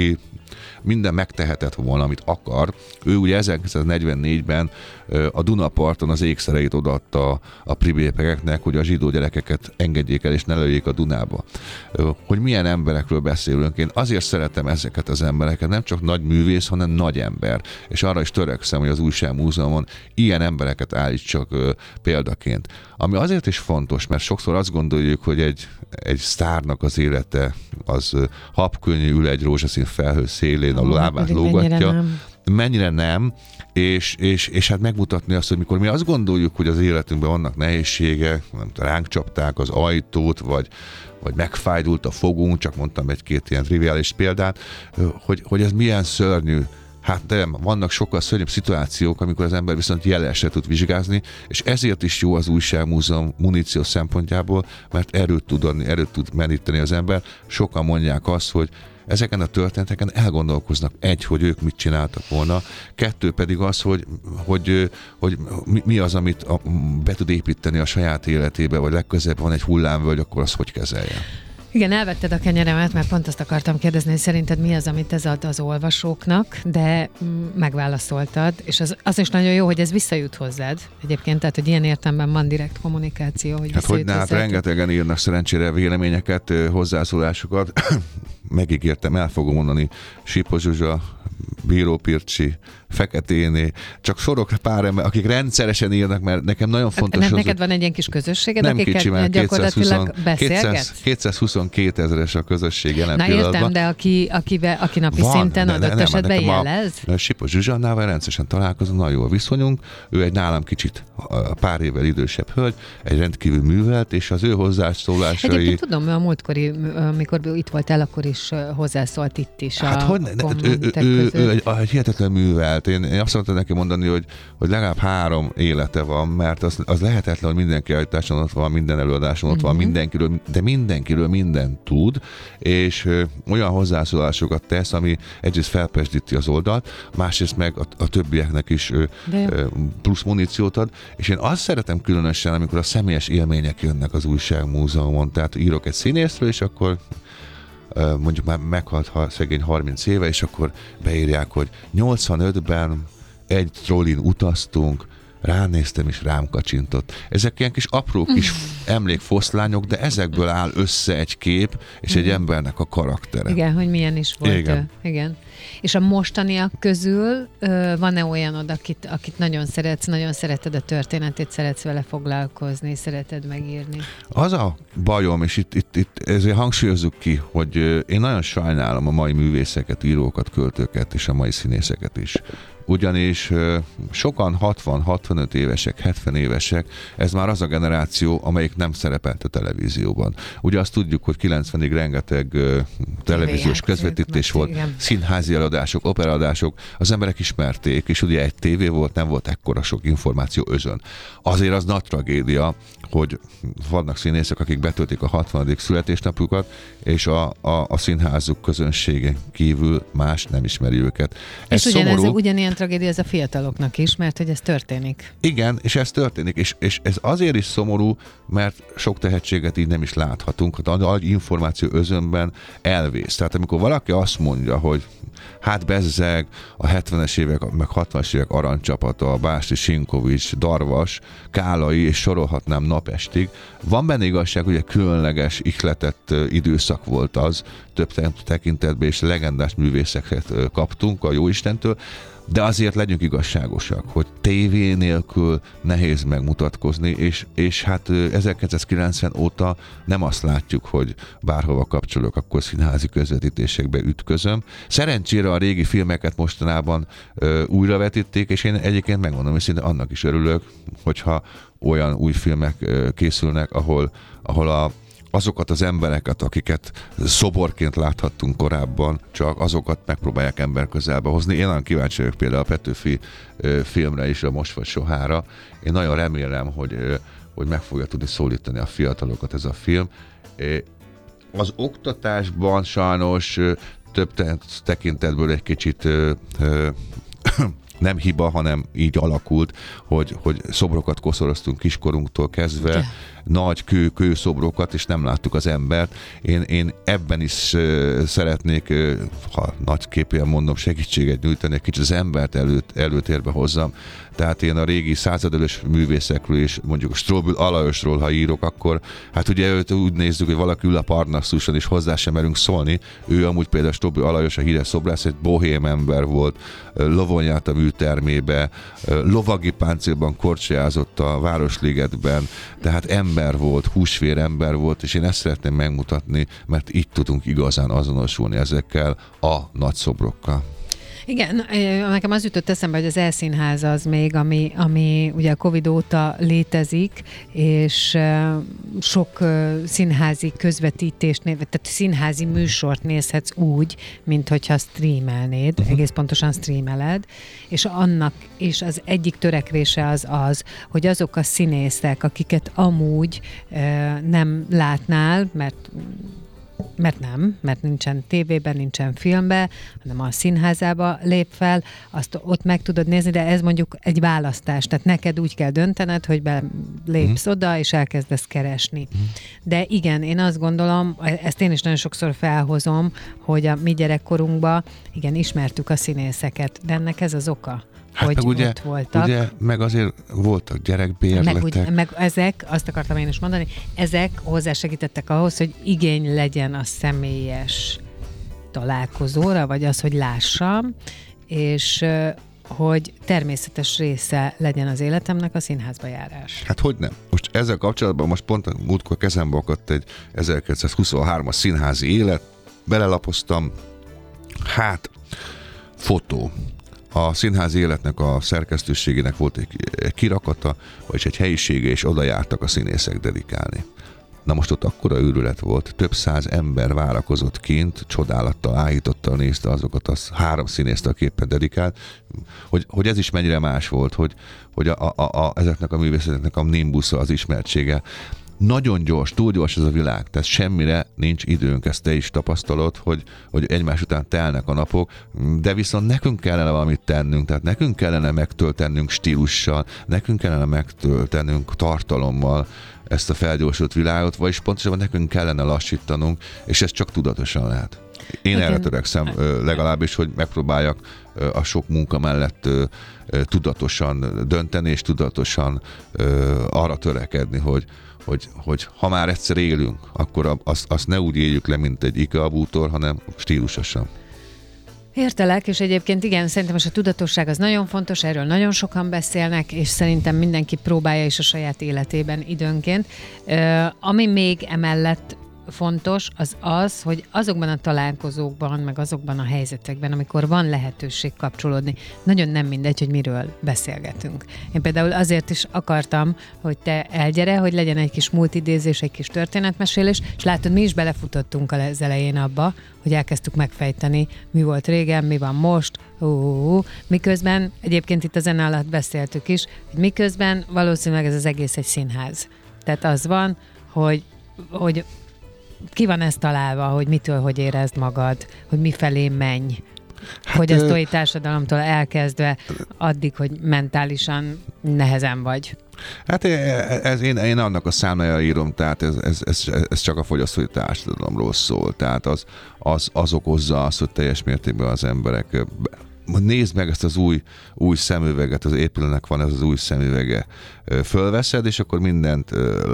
minden megtehetett volna, amit akar. Ő ugye ezerkilencszáznegyvennégyben a Dunaparton az ékszereit odaadta a pribépeknek, hogy a zsidó gyerekeket engedjék el és ne lőjék a Dunába. Hogy milyen emberekről beszélünk. Én azért szeretem ezeket az embereket, nem csak nagy művész, hanem nagy ember. És arra is törekszem, hogy az Újságmúzeumon ilyen embereket állítsak példaként. Ami azért is fontos, mert sokszor azt gondoljuk, hogy egy, egy sztárnak az élete az habkönnyű, ül egy rózsaszín felhő szélén, a lábát lógatja. Mennyire nem. Mennyire nem, és, és, és hát megmutatni azt, hogy mikor mi azt gondoljuk, hogy az életünkben vannak nehézségek, nem tudom, ránk csapták az ajtót, vagy, vagy megfájdult a fogunk, csak mondtam egy-két ilyen triviális példát, hogy, hogy ez milyen szörnyű. Hát de vannak sokkal szörnyűbb szituációk, amikor az ember viszont jelesre tud vizsgázni, és ezért is jó az Újságmúzeum muníció szempontjából, mert erőt tud adni, erőt tud meríteni az ember. Sokan mondják azt, hogy ezeken a történeteken elgondolkoznak. Egy, hogy ők mit csináltak volna, kettő pedig az, hogy, hogy, hogy mi az, amit be tud építeni a saját életébe, vagy legközelebb van egy hullámvölgy, akkor azt hogy kezelje. Igen, elvetted a kenyeremet, mert pont azt akartam kérdezni, hogy szerinted mi az, amit ez ad az olvasóknak, de megválaszoltad, és az, az is nagyon jó, hogy ez visszajut hozzád egyébként, tehát, hogy ilyen értelemben van direkt kommunikáció, hogy hát hogy ne, hát rengetegen írnak szerencsére véleményeket, hozzászólásokat, megígértem, el fogom mondani Sipos Zsuzsa, Bíró Pircsi, Feketéné, csak sorok pár ember, akik rendszeresen írnak, mert nekem nagyon fontos... Hát, az, neked van egy ilyen kis közösséged, nem akikkel kicsi, mert gyakorlatilag beszélgetsz? kétszázhuszonkettő ezeres a közösség jelen Na pillanatban. értem, de aki, akivel, aki napi van, szinten de, adott de, esetben jelez? A, a Sipos Zsuzsannával rendszeresen találkozom, nagyon jó a viszonyunk. Ő egy nálam kicsit pár évvel idősebb hölgy, egy rendkívül művelt, és az ő hozzászólásai... Egyébként tudom, ő a múltkori, amikor itt voltál, akkor is hozzászólt itt is hát a hogy ne, ő, ő, ő, ő egy, egy hihetetlen művelt. Én, én azt mondtam neki mondani, hogy, hogy legalább három élete van, mert az, az lehetetlen, hogy mindenki állításon ott van, minden előadáson ott mm-hmm. van, mindenkiről, de mindenkiről mindent tud, és ö, olyan hozzászólásokat tesz, ami egyrészt felpesdíti az oldalt, másrészt meg a, a többieknek is ö, ö, plusz muníciót ad, és én azt szeretem különösen, amikor a személyes élmények jönnek az Újságmúzeumon, tehát írok egy színészről, és akkor mondjuk már meghalt ha szegény harminc éve, és akkor beírják, hogy nyolcvanötben egy trollin utaztunk, ránéztem és rám kacsintott. Ezek ilyen kis apró kis emlékfoszlányok, de ezekből áll össze egy kép, és egy embernek a karaktere. Igen, hogy milyen is volt. Igen. Ő. Igen. És a mostaniak közül ö, van-e olyanod, akit, akit nagyon szeretsz, nagyon szereted a történetét, szeretsz vele foglalkozni, szereted megírni? Az a bajom, és itt, itt, itt ezért hangsúlyozzuk ki, hogy én nagyon sajnálom a mai művészeket, írókat, költőket és a mai színészeket is. Ugyanis sokan hatvan-hatvanöt évesek, hetven évesek, ez már az a generáció, amelyik nem szerepelt a televízióban. Ugye azt tudjuk, hogy kilencvenig rengeteg televíziós közvetítés volt, igen. Színházi eladások, operadások, az emberek ismerték, és ugye egy tévé volt, nem volt ekkora sok információ özön. Azért az nagy tragédia, hogy vannak színészek, akik betöltik a hatvanadik születésnapjukat, és a, a, a színházuk közönsége kívül más nem ismeri őket. Ez és ugyanez, szomorú. Ugyanilyen tragédia ez a fiataloknak is, mert hogy ez történik. Igen, és ez történik, és, és ez azért is szomorú, mert sok tehetséget így nem is láthatunk, a nagy információ özönben elvész. Tehát amikor valaki azt mondja, hogy hát bezzeg a hetvenes évek, meg hatvanas évek aranycsapata, Básti, Sinkovics, Darvas, Kálai, és sorolhatnám napestig. Van benne igazság, hogy egy különleges, ihletett időszak volt az, több tekintetben, és legendás művészeket kaptunk a Jóistentől, de azért legyünk igazságosak, hogy tévé nélkül nehéz megmutatkozni, és, és hát ezerkilencszázkilencven óta nem azt látjuk, hogy bárhova kapcsolok, akkor színházi közvetítésekbe ütközöm. Szerencsére a régi filmeket mostanában ö, újravetíték, és én egyébként megmondom, hogy szinte annak is örülök, hogyha olyan új filmek ö, készülnek, ahol, ahol a azokat az embereket, akiket szoborként láthattunk korábban, csak azokat megpróbálják ember közelbe hozni. Én nagyon kíváncsi vagyok például a Petőfi filmre is, a Most vagy sohára. Én nagyon remélem, hogy, hogy meg fogja tudni szólítani a fiatalokat ez a film. Az oktatásban sajnos több tekintetből egy kicsit nem hiba, hanem így alakult, hogy, hogy szobrokat koszoroztunk kiskorunktól kezdve, nagy kő, kőszobrokat, és nem láttuk az embert. Én, én ebben is uh, szeretnék, uh, ha nagy képűen mondom, segítséget nyújtani, egy kicsit az embert előt, előtérbe hozzam. Tehát én a régi századölös művészekről és mondjuk Strobl Alajosról, ha írok, akkor hát ugye őt úgy nézzük, hogy valaki ül a Parnassuson, és hozzá sem merünk szólni. Ő amúgy például Strobl Alajos, a híres szobrász, egy bohém ember volt, lovon a műtermébe, lovagi páncélban korcsolyázott a Városligetben, tehát ember volt, húsvér ember volt, és én ezt szeretném megmutatni, mert így tudunk igazán azonosulni ezekkel a nagy szobrokkal. Igen, nekem az jutott eszembe, hogy az E-színház az még, ami, ami ugye a Covid óta létezik, és sok színházi közvetítést, tehát színházi műsort nézhetsz úgy, mint hogyha streamelnéd, uh-huh. egész pontosan streameled, és annak is az egyik törekvése az az, hogy azok a színészek, akiket amúgy nem látnál, mert mert nem, mert nincsen tévében, nincsen filmben, hanem a színházába lép fel, azt ott meg tudod nézni, de ez mondjuk egy választás, tehát neked úgy kell döntened, hogy belépsz mm. oda, és elkezdesz keresni. Mm. De igen, én azt gondolom, ezt én is nagyon sokszor felhozom, hogy a mi gyerekkorunkban, igen, ismertük a színészeket, de ennek ez az oka. Hát hogy meg ugye, ott voltak. Ugye, meg azért voltak gyerekbérletek. Meg, ugye, meg ezek, azt akartam én is mondani, ezek hozzásegítettek ahhoz, hogy igény legyen a személyes találkozóra, vagy az, hogy lássam, és hogy természetes része legyen az életemnek a színházba járás. Hát hogy nem? Most ezzel kapcsolatban most pont a múltkor kezembe akadt egy ezerkilencszázhuszonhármas színházi élet, belelapoztam, hát fotó. A színházi életnek, a szerkesztőségének volt egy, egy kirakata, vagy egy helyisége, és oda jártak a színészek dedikálni. Na most ott akkora őrület volt, több száz ember várakozott kint, csodálattal, áhítottal nézte azokat a három színészt, aki éppen dedikált, hogy, hogy ez is mennyire más volt, hogy, hogy a, a, a, ezeknek a művészeteknek a nimbusza, az ismertsége. Nagyon gyors, túl gyors ez a világ, tehát semmire nincs időnk, ezt te is tapasztalod, hogy, hogy egymás után telnek a napok, de viszont nekünk kellene valamit tennünk, tehát nekünk kellene megtöltenünk stílussal, nekünk kellene megtöltenünk tartalommal ezt a felgyorsult világot, vagyis pontosabban nekünk kellene lassítanunk, és ez csak tudatosan lehet. Én Igen. erre törekszem legalábbis, hogy megpróbáljak a sok munka mellett tudatosan dönteni, és tudatosan arra törekedni, hogy Hogy, hogy ha már egyszer élünk, akkor azt, azt ne úgy éljük le, mint egy IKEA bútor, hanem stílusosan. Értelek, és egyébként igen, szerintem most a tudatosság az nagyon fontos, erről nagyon sokan beszélnek, és szerintem mindenki próbálja is a saját életében időnként. Uh, ami még emellett fontos, az az, hogy azokban a találkozókban, meg azokban a helyzetekben, amikor van lehetőség kapcsolódni, nagyon nem mindegy, hogy miről beszélgetünk. Én például azért is akartam, hogy te elgyere, hogy legyen egy kis múltidézés, egy kis történetmesélés, és látod, mi is belefutottunk az elején abba, hogy elkezdtük megfejteni, mi volt régen, mi van most, uh, miközben, egyébként itt a zene alatt beszéltük is, hogy miközben valószínűleg ez az egész egy színház. Tehát az van, hogy, hogy ki van ezt találva, hogy mitől, hogy érezd magad, hogy mifelé menj. Hát, fogyasztói társadalomtól elkezdve addig, hogy mentálisan nehezen vagy. Hát ez, én, én annak a számlájára írom, tehát ez, ez, ez, ez csak a fogyasztói társadalomról szól. Tehát az, az, az okozza azt, hogy teljes mértékben az emberek... Nézd meg ezt az új, új szemüveget, az épülőnek van ez az új szemüvege. Fölveszed, és akkor mindent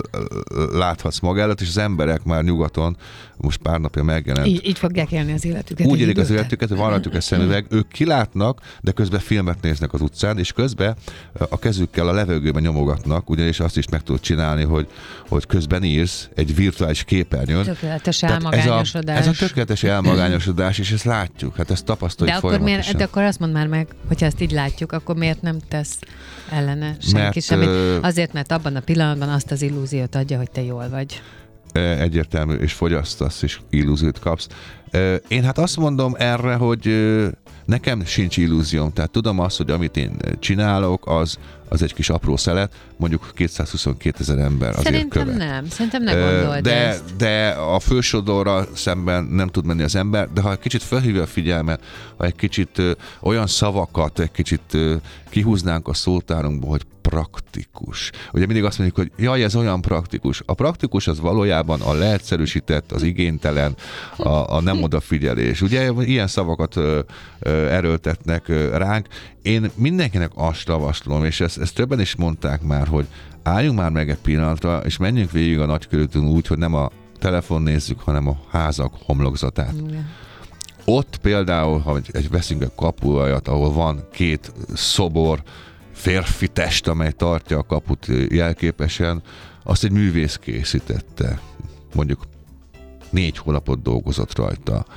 láthatsz maga előtt, és az emberek már nyugaton, most pár napja megjelent. Így, így fogják élni az életüket. Úgy élik az életüket, hogy van rajtuk egy szemüveg, ők kilátnak, de közben filmet néznek az utcán, és közben a kezükkel a levegőben nyomogatnak, ugyanis azt is meg tudod csinálni, hogy, hogy közben írsz egy virtuális képernyőn. Tökéletes elmagányosodás. Ez a, ez a tökéletes elmagányosodás, és ezt látjuk, hát ezt tapasztaljuk de folyamatosan. Miért, de akkor azt mondd már meg, hogyha ezt így látjuk, akkor miért nem tesz ellene senki semmit? Azért, mert abban a pillanatban azt az illúziót adja, hogy te jól vagy. Egyértelmű, és fogyasztasz, és illúziót kapsz. Én hát azt mondom erre, hogy nekem sincs illúzióm, tehát tudom azt, hogy amit én csinálok, az, az egy kis apró szelet, mondjuk kétszázhuszonkétezer ember azért Szerintem követ. nem, szerintem ne gondold de, ezt. de a fősodorra szemben nem tud menni az ember, de ha egy kicsit felhívja a figyelmet, ha egy kicsit ö, olyan szavakat, egy kicsit ö, kihúznánk a szótárunkból, hogy praktikus. Ugye mindig azt mondjuk, hogy jaj, ez olyan praktikus. A praktikus az valójában a leegyszerűsített, az igénytelen, a, a nem odafigyelés. Ugye ilyen szavakat ö, ö, erőltetnek ö, ránk. Én mindenkinek azt javaslom, és ezt, ezt többen is mondták már, hogy álljunk már meg egy pillanatra, és menjünk végig a nagykörúton úgy, hogy nem a telefon nézzük, hanem a házak homlokzatát. Igen. Ott például, ha egy, veszünk egy kapuajat, ahol van két szobor, férfi test, amely tartja a kaput jelképesen, azt egy művész készítette. Mondjuk négy hónapot dolgozott rajta.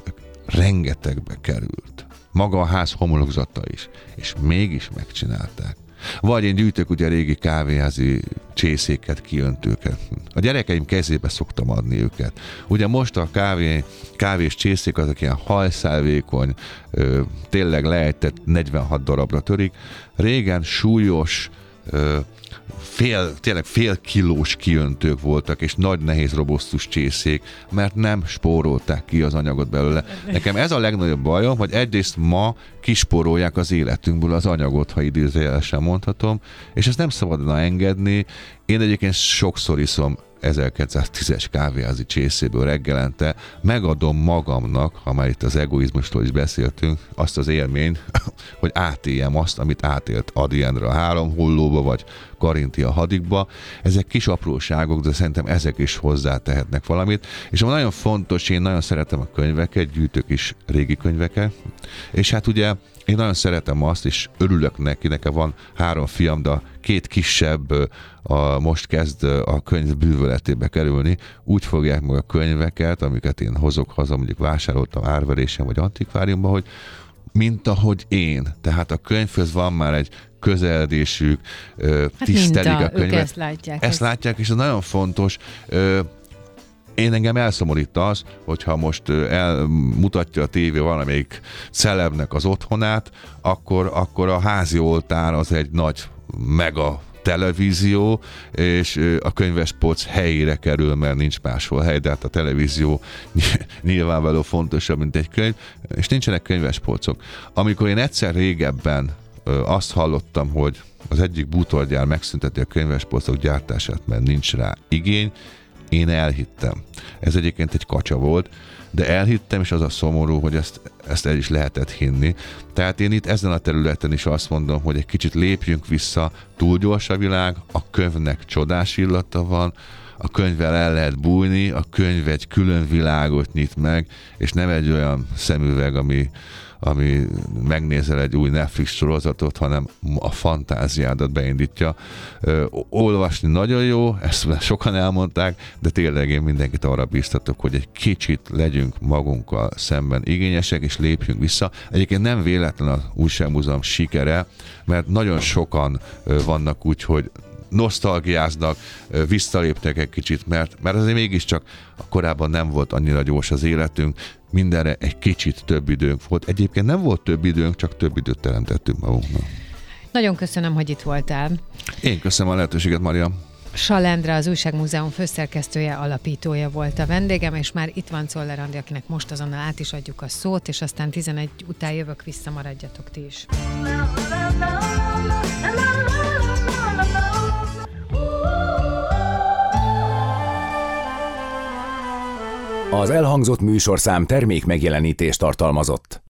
Rengetegbe került. Maga a ház homlokzata is. És mégis megcsinálták. Vagy én gyűjtök ugye régi kávéházi csészéket, kiöntőket. A gyerekeim kezébe szoktam adni őket. Ugye most a kávé, kávés csészék azok ilyen hajszálvékony, ö, tényleg leejtett negyvenhat darabra törik. Régen súlyos, ö, fél, tényleg fél kilós kiöntők voltak, és nagy nehéz robosztus csészék, mert nem spórolták ki az anyagot belőle. Nekem ez a legnagyobb bajom, hogy egyrészt ma kispórolják az életünkből az anyagot, ha idézőjelesen mondhatom, és ezt nem szabadna engedni. Én egyébként sokszor iszom ezerkilencszáztízes kávéházi csészéből reggelente, megadom magamnak, ha már itt az egoizmustól is beszéltünk, azt az élményt, hogy átéljem azt, amit átélt Ady Endre a Három Hollóba, vagy Karinti a Hadikba. Ezek kis apróságok, de szerintem ezek is hozzátehetnek valamit. És ami nagyon fontos, én nagyon szeretem a könyveket, gyűjtök is régi könyveket, és hát ugye én nagyon szeretem azt, és örülök neki, nekem van három fiam, de a két kisebb a, most kezd a könyv bűvöletébe kerülni, úgy fogják meg a könyveket, amiket én hozok haza, mondjuk vásároltam árverésen vagy antikváriumban, hogy mint ahogy én. Tehát a könyvhöz van már egy közeledésük, hát tisztelik a könyvet. Ezt látják. Ezt látják, és ez nagyon fontos. Én engem elszomorít az, hogyha most elmutatja a tévé valamelyik celebnek az otthonát, akkor, akkor a házi oltár az egy nagy mega televízió, és a könyvespolc helyére kerül, mert nincs máshol hely, de hát a televízió nyilvánvaló fontosabb, mint egy könyv, és nincsenek könyvespolcok. Amikor én egyszer régebben azt hallottam, hogy az egyik bútorgyár megszünteti a könyvespolcok gyártását, mert nincs rá igény, én elhittem. Ez egyébként egy kacsa volt, de elhittem, és az a szomorú, hogy ezt, ezt el is lehetett hinni. Tehát én itt ezen a területen is azt mondom, hogy egy kicsit lépjünk vissza, túl gyors a világ, a könyvnek csodás illata van, a könyvvel el lehet bújni, a könyv egy külön világot nyit meg, és nem egy olyan szemüveg, ami, ami megnézel egy új Netflix sorozatot, hanem a fantáziádat beindítja. Ö, olvasni nagyon jó, ezt sokan elmondták, de tényleg én mindenkit arra bíztatok, hogy egy kicsit legyünk magunkkal szemben igényesek, és lépjünk vissza. Egyébként nem véletlen az Újságmúzeum sikere, mert nagyon sokan ö, vannak úgy, hogy nosztalgiáznak, visszalépnek egy kicsit, mert, mert azért mégiscsak korábban nem volt annyira gyors az életünk, mindenre egy kicsit több időnk volt. Egyébként nem volt több időnk, csak több időt teremtettünk magunknak. Nagyon köszönöm, hogy itt voltál. Én köszönöm a lehetőséget, Maria. Sall Endre, az Újságmúzeum főszerkesztője, alapítója volt a vendégem, és már itt van Czoller Andi, akinek most azonnal át is adjuk a szót, és aztán tizenegy után jövök vissza, maradjatok ti is. Az elhangzott műsorszám termék megjelenítést tartalmazott.